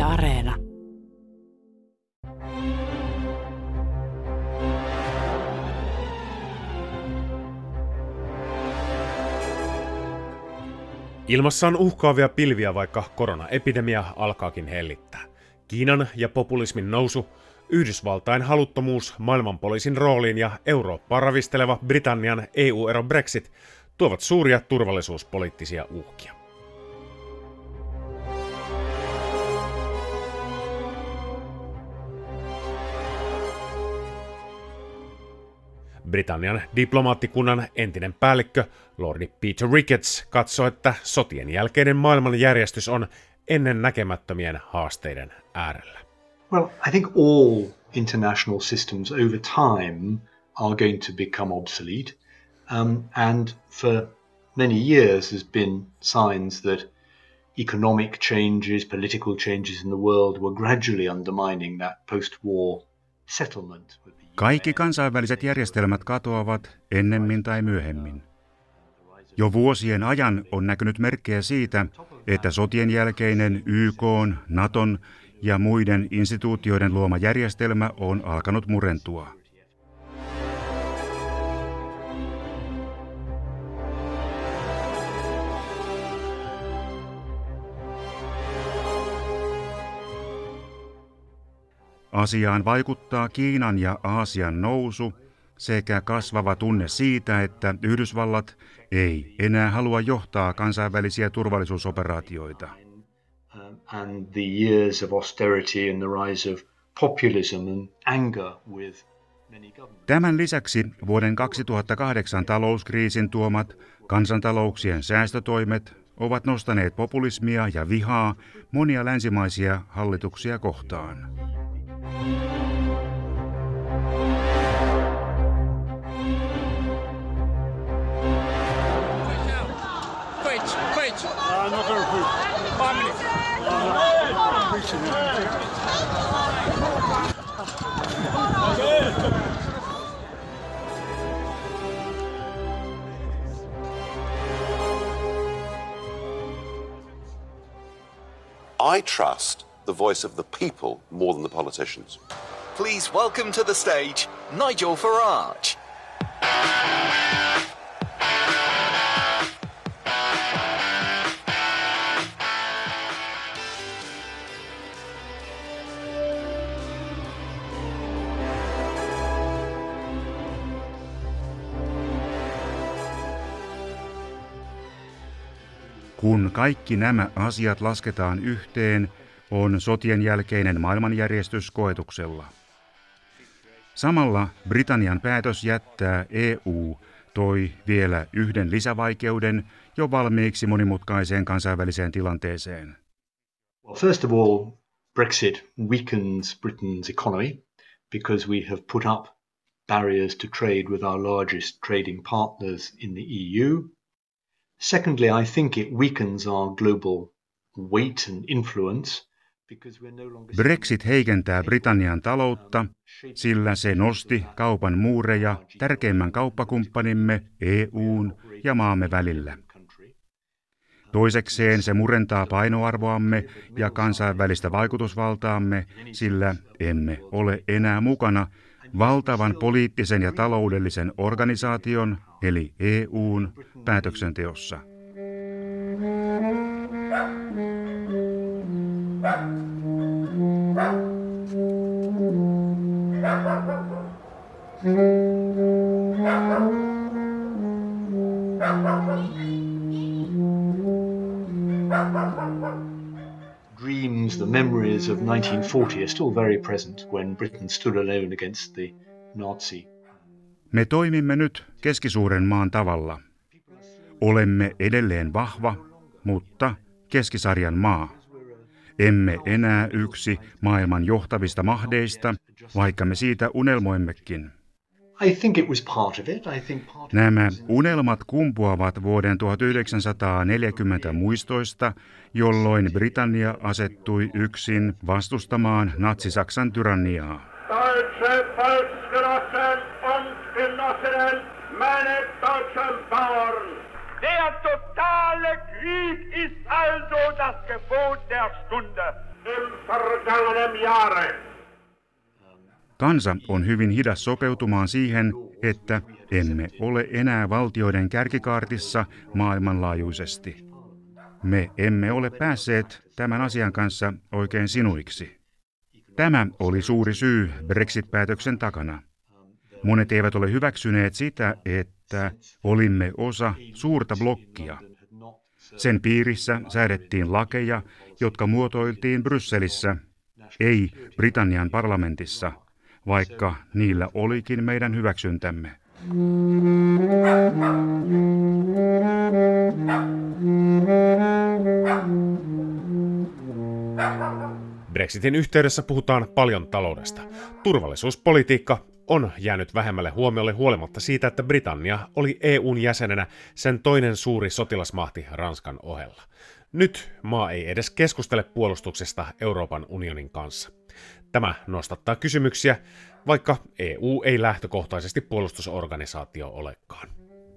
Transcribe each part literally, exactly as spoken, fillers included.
Areena. Ilmassa on uhkaavia pilviä, vaikka koronaepidemia alkaakin hellittää. Kiinan ja populismin nousu, Yhdysvaltain haluttomuus maailmanpoliisin rooliin ja Eurooppaa ravisteleva Britannian E U-ero Brexit tuovat suuria turvallisuuspoliittisia uhkia. Britannian diplomaattikunnan entinen päällikkö Lordi Peter Ricketts katsoo, että sotien jälkeinen maailmanjärjestys on ennennäkemättömien haasteiden äärellä. Well, I think all international systems over time are going to become obsolete, um, and for many years there's been signs that economic changes, political changes in the world were gradually undermining that post-war settlement. Kaikki kansainväliset järjestelmät katoavat ennemmin tai myöhemmin. Jo vuosien ajan on näkynyt merkkejä siitä, että sotien jälkeinen Y K:n, Naton ja muiden instituutioiden luoma järjestelmä on alkanut murentua. Asiaan vaikuttaa Kiinan ja Aasian nousu sekä kasvava tunne siitä, että Yhdysvallat ei enää halua johtaa kansainvälisiä turvallisuusoperaatioita. And the years of austerity and the rise of populism and anger with many governments. Tämän lisäksi vuoden kaksituhattakahdeksan talouskriisin tuomat kansantalouksien säästötoimet ovat nostaneet populismia ja vihaa monia länsimaisia hallituksia kohtaan. I trust the voice of the people more than the politicians. Please welcome to the stage Nigel Farage. Kun kaikki nämä asiat lasketaan yhteen, on sotien jälkeinen maailmanjärjestys koetuksella. Samalla Britannian päätös jättää E U toi vielä yhden lisävaikeuden jo valmiiksi monimutkaiseen kansainväliseen tilanteeseen. Well, first of all, Brexit weakens Britain's economy because we have put up barriers to trade with our largest trading partners in the E U. Secondly, I think it weakens our global weight and influence. Brexit heikentää Britannian taloutta, sillä se nosti kaupan muureja tärkeimmän kauppakumppanimme E U:n ja maamme välillä. Toisekseen se murentaa painoarvoamme ja kansainvälistä vaikutusvaltaamme, sillä emme ole enää mukana valtavan poliittisen ja taloudellisen organisaation eli E U:n päätöksenteossa. Dreams, the memories of nineteen forty are still very present when Britain stood alone against the Nazi. Me toimimme nyt keskisuuren maan tavalla. Olemme edelleen vahva, mutta keskisarjan maa. Emme enää yksi maailman johtavista mahdeista, vaikka me siitä unelmoimmekin. I think it was part of it. I think part Nämä unelmat kumpuavat vuoden tuhatyhdeksänsataaneljäkymmentä muistoista, jolloin Britannia asettui yksin vastustamaan natsi-Saksan tyranniaa. Deutsche Volksgenossen und Genossinnen, meine deutschen Bauern! Der totale Krieg ist also das Gebot der Stunde. Im vergangenen Jahre. Kansa on hyvin hidas sopeutumaan siihen, että emme ole enää valtioiden kärkikaartissa maailmanlaajuisesti. Me emme ole päässeet tämän asian kanssa oikein sinuiksi. Tämä oli suuri syy Brexit-päätöksen takana. Monet eivät ole hyväksyneet sitä, että olimme osa suurta blokkia. Sen piirissä säädettiin lakeja, jotka muotoiltiin Brysselissä, ei Britannian parlamentissa, vaikka niillä olikin meidän hyväksyntämme. Brexitin yhteydessä puhutaan paljon taloudesta. Turvallisuuspolitiikka on jäänyt vähemmälle huomiolle huolimatta siitä, että Britannia oli E U:n jäsenenä sen toinen suuri sotilasmahti Ranskan ohella. Nyt maa ei edes keskustele puolustuksesta Euroopan unionin kanssa. Tämä nostattaa kysymyksiä, vaikka E U ei lähtökohtaisesti puolustusorganisaatio olekaan.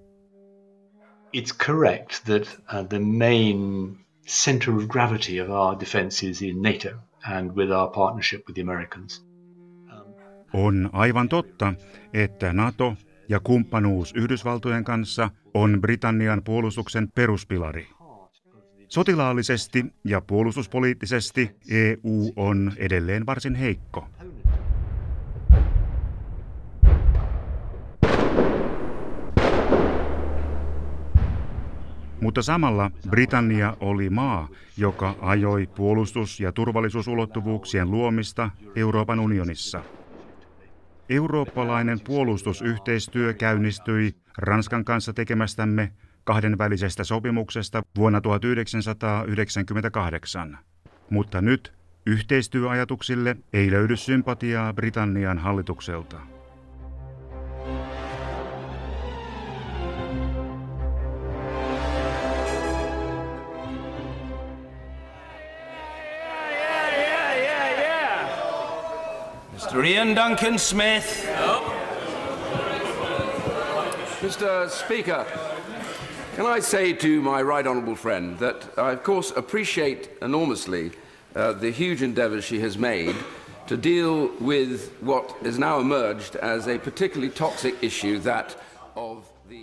It's correct that uh, the main center of gravity of our defense is in NATO and with our partnership with the Americans. On aivan totta, että NATO ja kumppanuus Yhdysvaltojen kanssa on Britannian puolustuksen peruspilari. Sotilaallisesti ja puolustuspoliittisesti E U on edelleen varsin heikko. Mutta samalla Britannia oli maa, joka ajoi puolustus- ja turvallisuusulottuvuuksien luomista Euroopan unionissa. Eurooppalainen puolustusyhteistyö käynnistyi Ranskan kanssa tekemästämme kahdenvälisestä sopimuksesta vuonna tuhatyhdeksänsataayhdeksänkymmentäkahdeksan. Mutta nyt yhteistyöajatuksille ei löydy sympatiaa Britannian hallitukselta. Mister Ian Duncan Smith. Mister Speaker, can I say to my right honourable friend that I of course appreciate enormously uh, the huge endeavour she has made to deal with what is now emerged as a particularly toxic issue, that of the...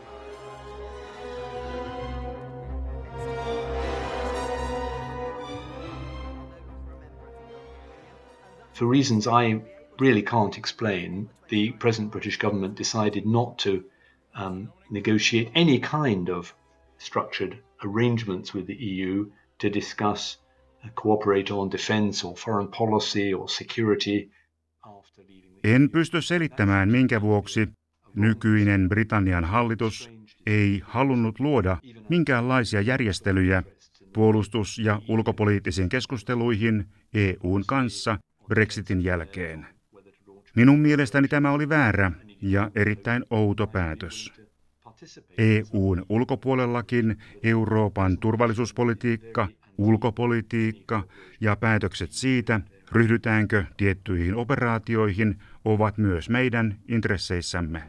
For reasons I really can't explain, the present British government decided not to um, negotiate any kind of structured arrangements with the E U to discuss, uh, cooperate on defence or foreign policy or security after leaving the... En pysty selittämään, minkä vuoksi nykyinen Britannian hallitus ei halunnut luoda minkäänlaisia järjestelyjä puolustus- ja ulkopoliittisiin keskusteluihin E U:n kanssa Brexitin jälkeen. Minun mielestäni tämä oli väärä ja erittäin outo päätös. E U:n ulkopuolellakin Euroopan turvallisuuspolitiikka, ulkopolitiikka ja päätökset siitä, ryhdytäänkö tiettyihin operaatioihin, ovat myös meidän intresseissämme.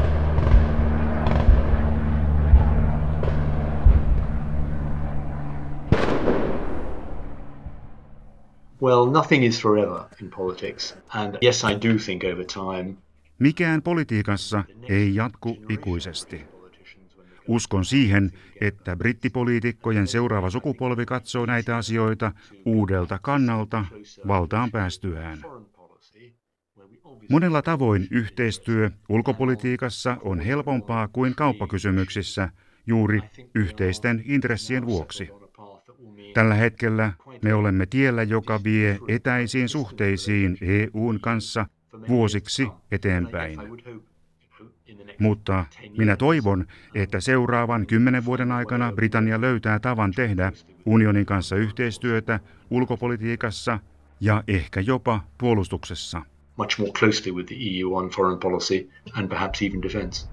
Well, nothing is forever in politics, and yes, I do think over time. Mikään politiikassa ei jatku ikuisesti. Uskon siihen, että brittipoliitikkojen seuraava sukupolvi katsoo näitä asioita uudelta kannalta valtaan päästyään. Monella tavoin yhteistyö ulkopolitiikassa on helpompaa kuin kauppakysymyksissä juuri yhteisten intressien vuoksi. Tällä hetkellä me olemme tiellä, joka vie etäisiin suhteisiin E U:n kanssa vuosiksi eteenpäin. Mutta minä toivon, että seuraavan kymmenen vuoden aikana Britannia löytää tavan tehdä unionin kanssa yhteistyötä ulkopolitiikassa ja ehkä jopa puolustuksessa. Much more closely with the E U on foreign policy and perhaps even defence.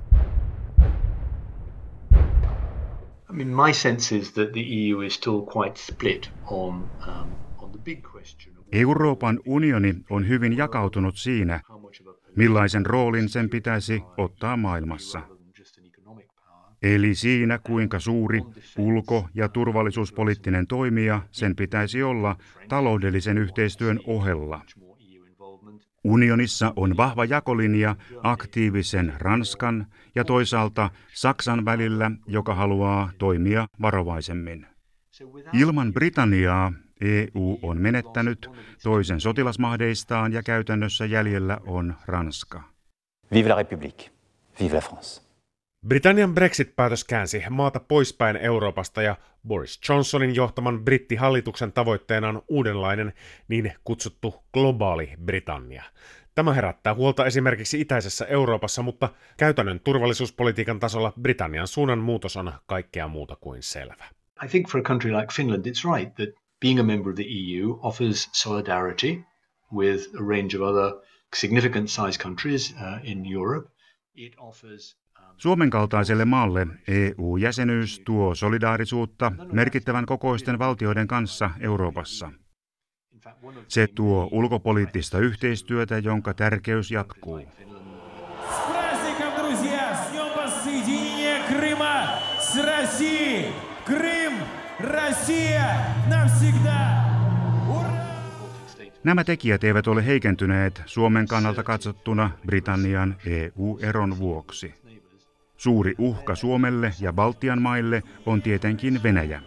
I mean, my sense is that the E U is still quite split on, um, on the big question. Euroopan unioni on hyvin jakautunut siinä, millaisen roolin sen pitäisi ottaa maailmassa. Eli siinä, kuinka suuri ulko- ja turvallisuuspoliittinen toimija sen pitäisi olla taloudellisen yhteistyön ohella. Unionissa on vahva jakolinja aktiivisen Ranskan ja toisaalta Saksan välillä, joka haluaa toimia varovaisemmin. Ilman Britanniaa E U on menettänyt toisen sotilasmahdeistaan ja käytännössä jäljellä on Ranska. Vive la République, vive la France. Britannian Brexit-päätös käänsi maata poispäin Euroopasta ja Boris Johnsonin johtaman brittihallituksen tavoitteena on uudenlainen niin kutsuttu globaali Britannia. Tämä herättää huolta esimerkiksi itäisessä Euroopassa, mutta käytännön turvallisuuspolitiikan tasolla Britannian suunnan muutos on kaikkea muuta kuin selvä. I think for a country like Finland, it's right that being a member of the E U offers solidarity with a range of other significant size countries uh, in Europe. It offers Suomen kaltaiselle maalle E U-jäsenyys tuo solidaarisuutta merkittävän kokoisten valtioiden kanssa Euroopassa. Se tuo ulkopoliittista yhteistyötä, jonka tärkeys jatkuu. Nämä tekijät eivät ole heikentyneet Suomen kannalta katsottuna Britannian E U-eron vuoksi. Suuri uhka Suomelle ja Baltian maille on tietenkin Venäjä.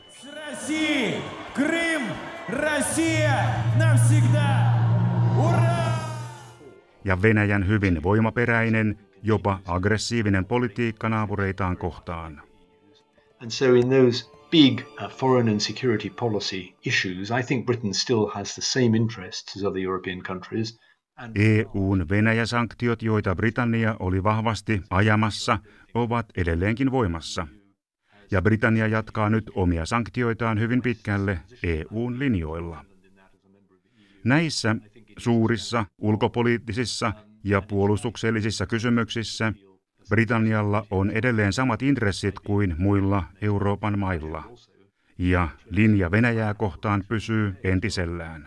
Ja Venäjän hyvin voimaperäinen, jopa aggressiivinen politiikka naapureitaan kohtaan. And so in those big uh, foreign and security policy issues, I think Britain still has the same interests as other European countries. E U:n Venäjä-sanktiot, joita Britannia oli vahvasti ajamassa, ovat edelleenkin voimassa. Ja Britannia jatkaa nyt omia sanktioitaan hyvin pitkälle E U:n linjoilla. Näissä suurissa ulkopoliittisissa ja puolustuksellisissa kysymyksissä Britannialla on edelleen samat intressit kuin muilla Euroopan mailla. Ja linja Venäjää kohtaan pysyy entisellään.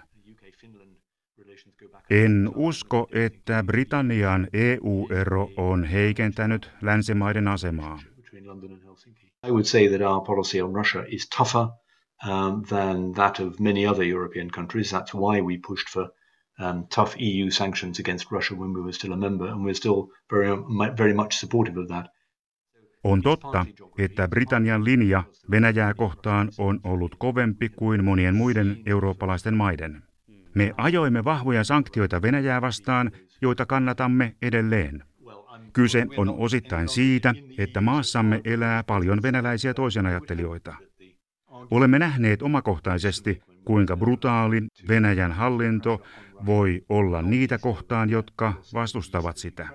En usko, että Britannian E U-ero on heikentänyt länsimaiden asemaa. I would say that our policy on Russia is tougher um, than that of many other European countries. That's why we pushed for um, tough E U sanctions against Russia when we were still a member, and we're still very, very much supportive of that. On totta, että Britannian linja Venäjää kohtaan on ollut kovempi kuin monien muiden eurooppalaisten maiden. Me ajoimme vahvoja sanktioita Venäjää vastaan, joita kannatamme edelleen. Kyse on osittain siitä, että maassamme elää paljon venäläisiä toisinajattelijoita. Olemme nähneet omakohtaisesti, kuinka brutaali Venäjän hallinto voi olla niitä kohtaan, jotka vastustavat sitä.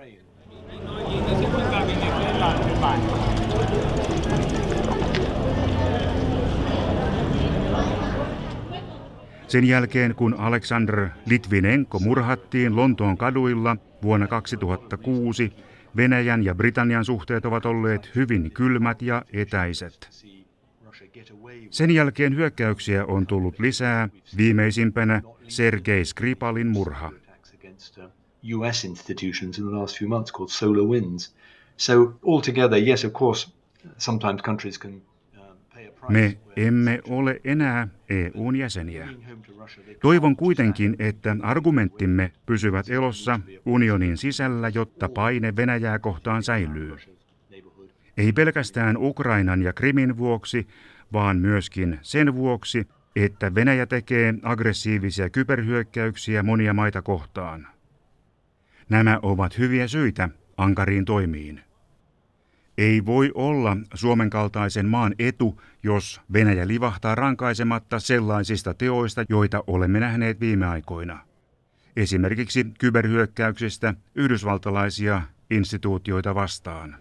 Sen jälkeen, kun Aleksandr Litvinenko murhattiin Lontoon kaduilla vuonna kaksituhattakuusi, Venäjän ja Britannian suhteet ovat olleet hyvin kylmät ja etäiset. Sen jälkeen hyökkäyksiä on tullut lisää, viimeisimpänä Sergei Skripalin murha. U S institutions in the last few months called SolarWinds. So altogether, yes, of course, sometimes countries can pay a price. Me emme ole enää E U:n jäseniä. Toivon kuitenkin, että argumenttimme pysyvät elossa unionin sisällä, jotta paine Venäjää kohtaan säilyy. Ei pelkästään Ukrainan ja Krimin vuoksi, vaan myöskin sen vuoksi, että Venäjä tekee aggressiivisia kyberhyökkäyksiä monia maita kohtaan. Nämä ovat hyviä syitä ankariin toimiin. Ei voi olla Suomen kaltaisen maan etu, jos Venäjä livahtaa rankaisematta sellaisista teoista, joita olemme nähneet viime aikoina. Esimerkiksi kyberhyökkäyksistä yhdysvaltalaisia instituutioita vastaan.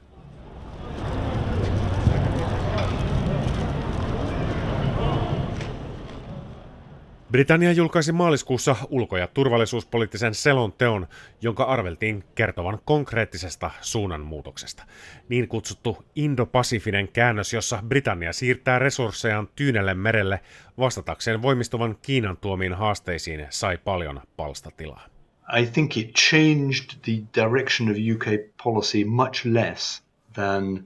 Britannia julkaisi maaliskuussa ulko- ja turvallisuuspoliittisen selonteon, jonka arveltiin kertovan konkreettisesta suunnanmuutoksesta. Niin kutsuttu Indo-Pasifinen käännös, jossa Britannia siirtää resurssejaan Tyynelle merelle vastatakseen voimistuvan Kiinan tuomiin haasteisiin, sai paljon palstatilaa. I think it changed the direction of U K policy much less than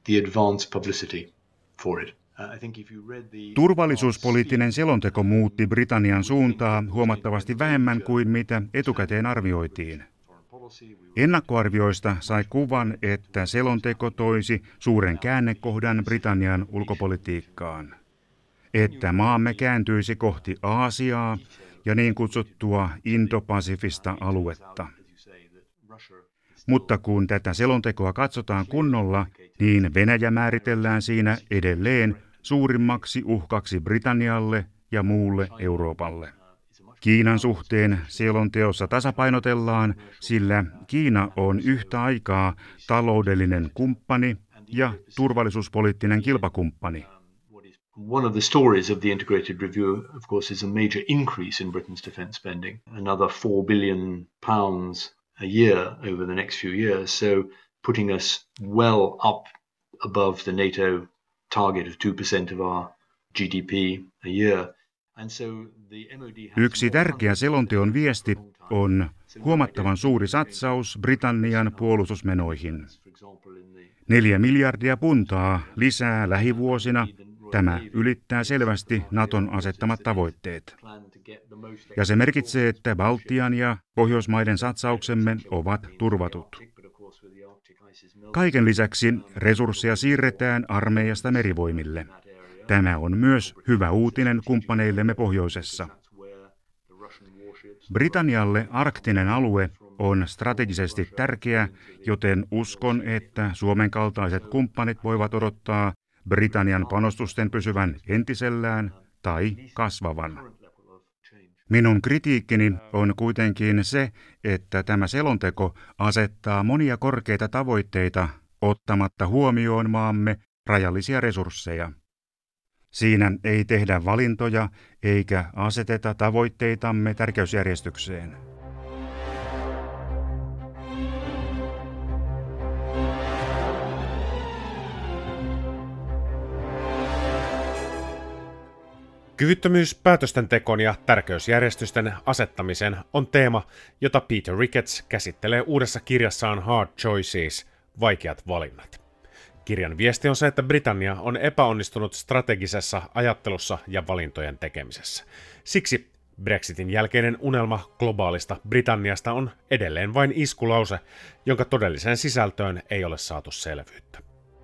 the advance publicity for it. Turvallisuuspoliittinen selonteko muutti Britannian suuntaa huomattavasti vähemmän kuin mitä etukäteen arvioitiin. Ennakkoarvioista sai kuvan, että selonteko toisi suuren käännekohdan Britannian ulkopolitiikkaan. Että maamme kääntyisi kohti Aasiaa ja niin kutsuttua Indo-Pasifista aluetta. Mutta kun tätä selontekoa katsotaan kunnolla, niin Venäjä määritellään siinä edelleen suurimmaksi uhkaksi Britannialle ja muulle Euroopalle. Kiinan suhteen selonteossa tasapainotellaan, sillä Kiina on yhtä aikaa taloudellinen kumppani ja turvallisuuspoliittinen kilpakumppani. One of the stories of the integrated review, of course, is a major increase in Britain's defence spending, another four billion pounds a year over the next few years, so putting us well up above the NATO target of two percent of our G D P a year. And so the M O D has Yksi tärkeä selonteon viesti on huomattavan suuri satsaus Britannian puolustusmenoihin. Neljä miljardia puntaa lisää lähivuosina. Tämä ylittää selvästi Naton asettamat tavoitteet. Ja se merkitsee, että Baltian ja Pohjoismaiden satsauksemme ovat turvatut. Kaiken lisäksi resursseja siirretään armeijasta merivoimille. Tämä on myös hyvä uutinen kumppaneillemme pohjoisessa. Britannialle arktinen alue on strategisesti tärkeä, joten uskon, että Suomen kaltaiset kumppanit voivat odottaa Britannian panostusten pysyvän entisellään tai kasvavan. Minun kritiikkini on kuitenkin se, että tämä selonteko asettaa monia korkeita tavoitteita ottamatta huomioon maamme rajallisia resursseja. Siinä ei tehdä valintoja eikä aseteta tavoitteitamme tärkeysjärjestykseen. Kyvyttömyys päätösten tekoon ja tärkeysjärjestysten asettamisen on teema, jota Peter Ricketts käsittelee uudessa kirjassaan Hard Choices, vaikeat valinnat. Kirjan viesti on se, että Britannia on epäonnistunut strategisessa ajattelussa ja valintojen tekemisessä. Siksi Brexitin jälkeinen unelma globaalista Britanniasta on edelleen vain iskulause, jonka todelliseen sisältöön ei ole saatu selvyyttä.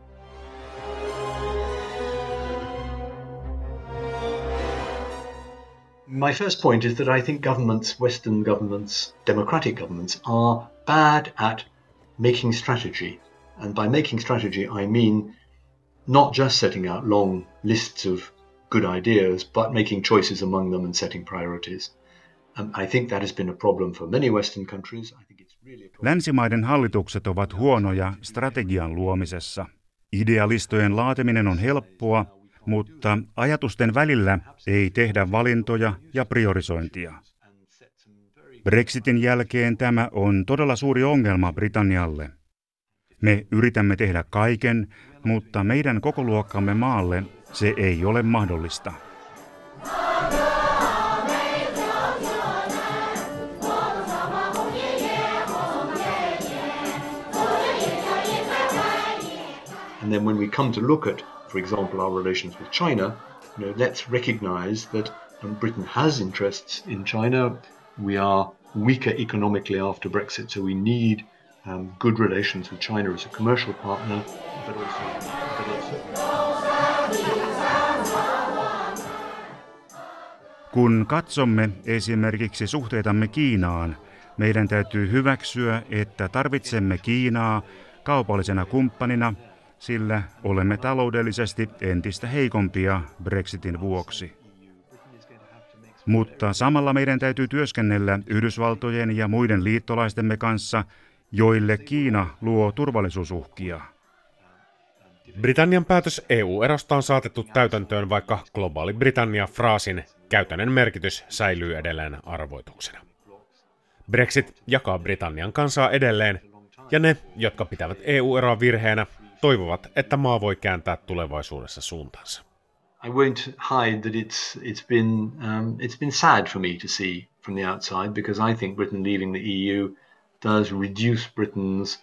My first point is that I think governments, Western governments, democratic governments, are bad at making strategy. And by making strategy, I mean not just setting out long lists of good ideas, but making choices among them and setting priorities. Um, I think that has been a problem for many Western countries. I think it's really a problem. Länsimaiden hallitukset ovat huonoja strategian luomisessa. Idealistojen laatiminen on helppoa, mutta ajatusten välillä ei tehdä valintoja ja priorisointia. Brexitin jälkeen tämä on todella suuri ongelma Britannialle. Me yritämme tehdä kaiken, mutta meidän kokoluokkamme maalle se ei ole mahdollista. And then when we come to look at, for example, our relations with China, you know, let's recognize that um, Britain has interests in China. We are weaker economically after Brexit, so we need um, good relations with China as a commercial partner, but also, but also... Kun katsomme esimerkiksi suhteitamme Kiinaan, meidän täytyy hyväksyä, että tarvitsemme Kiinaa kaupallisena kumppanina, sillä olemme taloudellisesti entistä heikompia Brexitin vuoksi. Mutta samalla meidän täytyy työskennellä Yhdysvaltojen ja muiden liittolaistemme kanssa, joille Kiina luo turvallisuusuhkia. Britannian päätös E U-erosta on saatettu täytäntöön, vaikka globaali Britannia-fraasin käytännön merkitys säilyy edelleen arvoituksena. Brexit jakaa Britannian kansaa edelleen, ja ne, jotka pitävät E U-eroa virheenä, toivovat, että maa voi kääntää tulevaisuudessa suuntaansa. I won't hide that it's it's been um, it's been sad for me to see from the outside, because I think Britain leaving the E U does reduce Britain's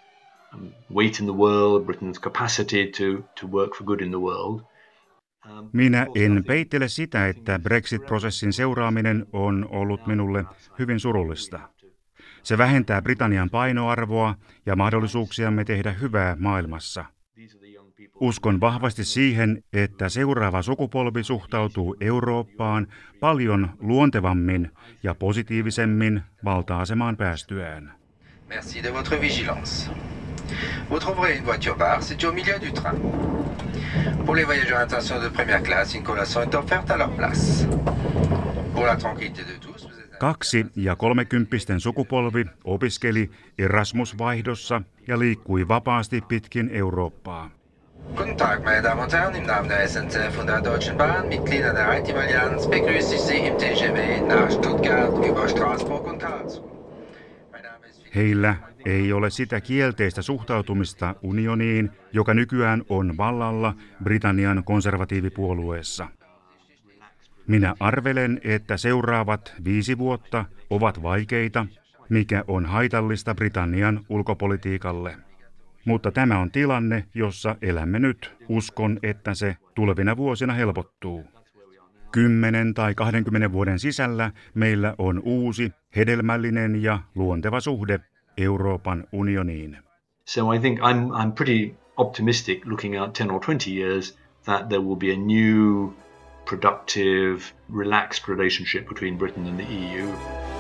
weight in the world, Britain's capacity to, to work for good in the world. Minä en peittele sitä, että Brexit-prosessin seuraaminen on ollut minulle hyvin surullista. Se vähentää Britannian painoarvoa ja mahdollisuuksiamme tehdä hyvää maailmassa. Uskon vahvasti siihen, että seuraava sukupolvi suhtautuu Eurooppaan paljon luontevammin ja positiivisemmin valta-asemaan päästyään. Merci de votre vigilance. Vous trouverez une voiture bar située au milieu du train. Pour les voyageurs intention de première classe, une collation est offerte à leur place. Pour la tranquillité de tous, Kaksi- ja kolmekymppisten sukupolvi opiskeli Erasmus-vaihdossa ja liikkui vapaasti pitkin Eurooppaa. Guten Tag, meine Damen und Herren, im Namen der S N C F und der Deutschen Bahn, Mitglieder der Rätivallianz, begrüße ich Sie im T G V nach Stuttgart über Straßburg und Karlsruhe. Heillä ei ole sitä kielteistä suhtautumista unioniin, joka nykyään on vallalla Britannian konservatiivipuolueessa. Minä arvelen, että seuraavat viisi vuotta ovat vaikeita, mikä on haitallista Britannian ulkopolitiikalle. Mutta tämä on tilanne, jossa elämme nyt. Uskon, että se tulevina vuosina helpottuu. Kymmenen tai kahdenkymmenen vuoden sisällä meillä on uusi, hedelmällinen ja luonteva suhde Euroopan unioniin. So I think I'm I'm pretty optimistic looking out ten or twenty years that there will be a new, productive, relaxed relationship between Britain and the E U.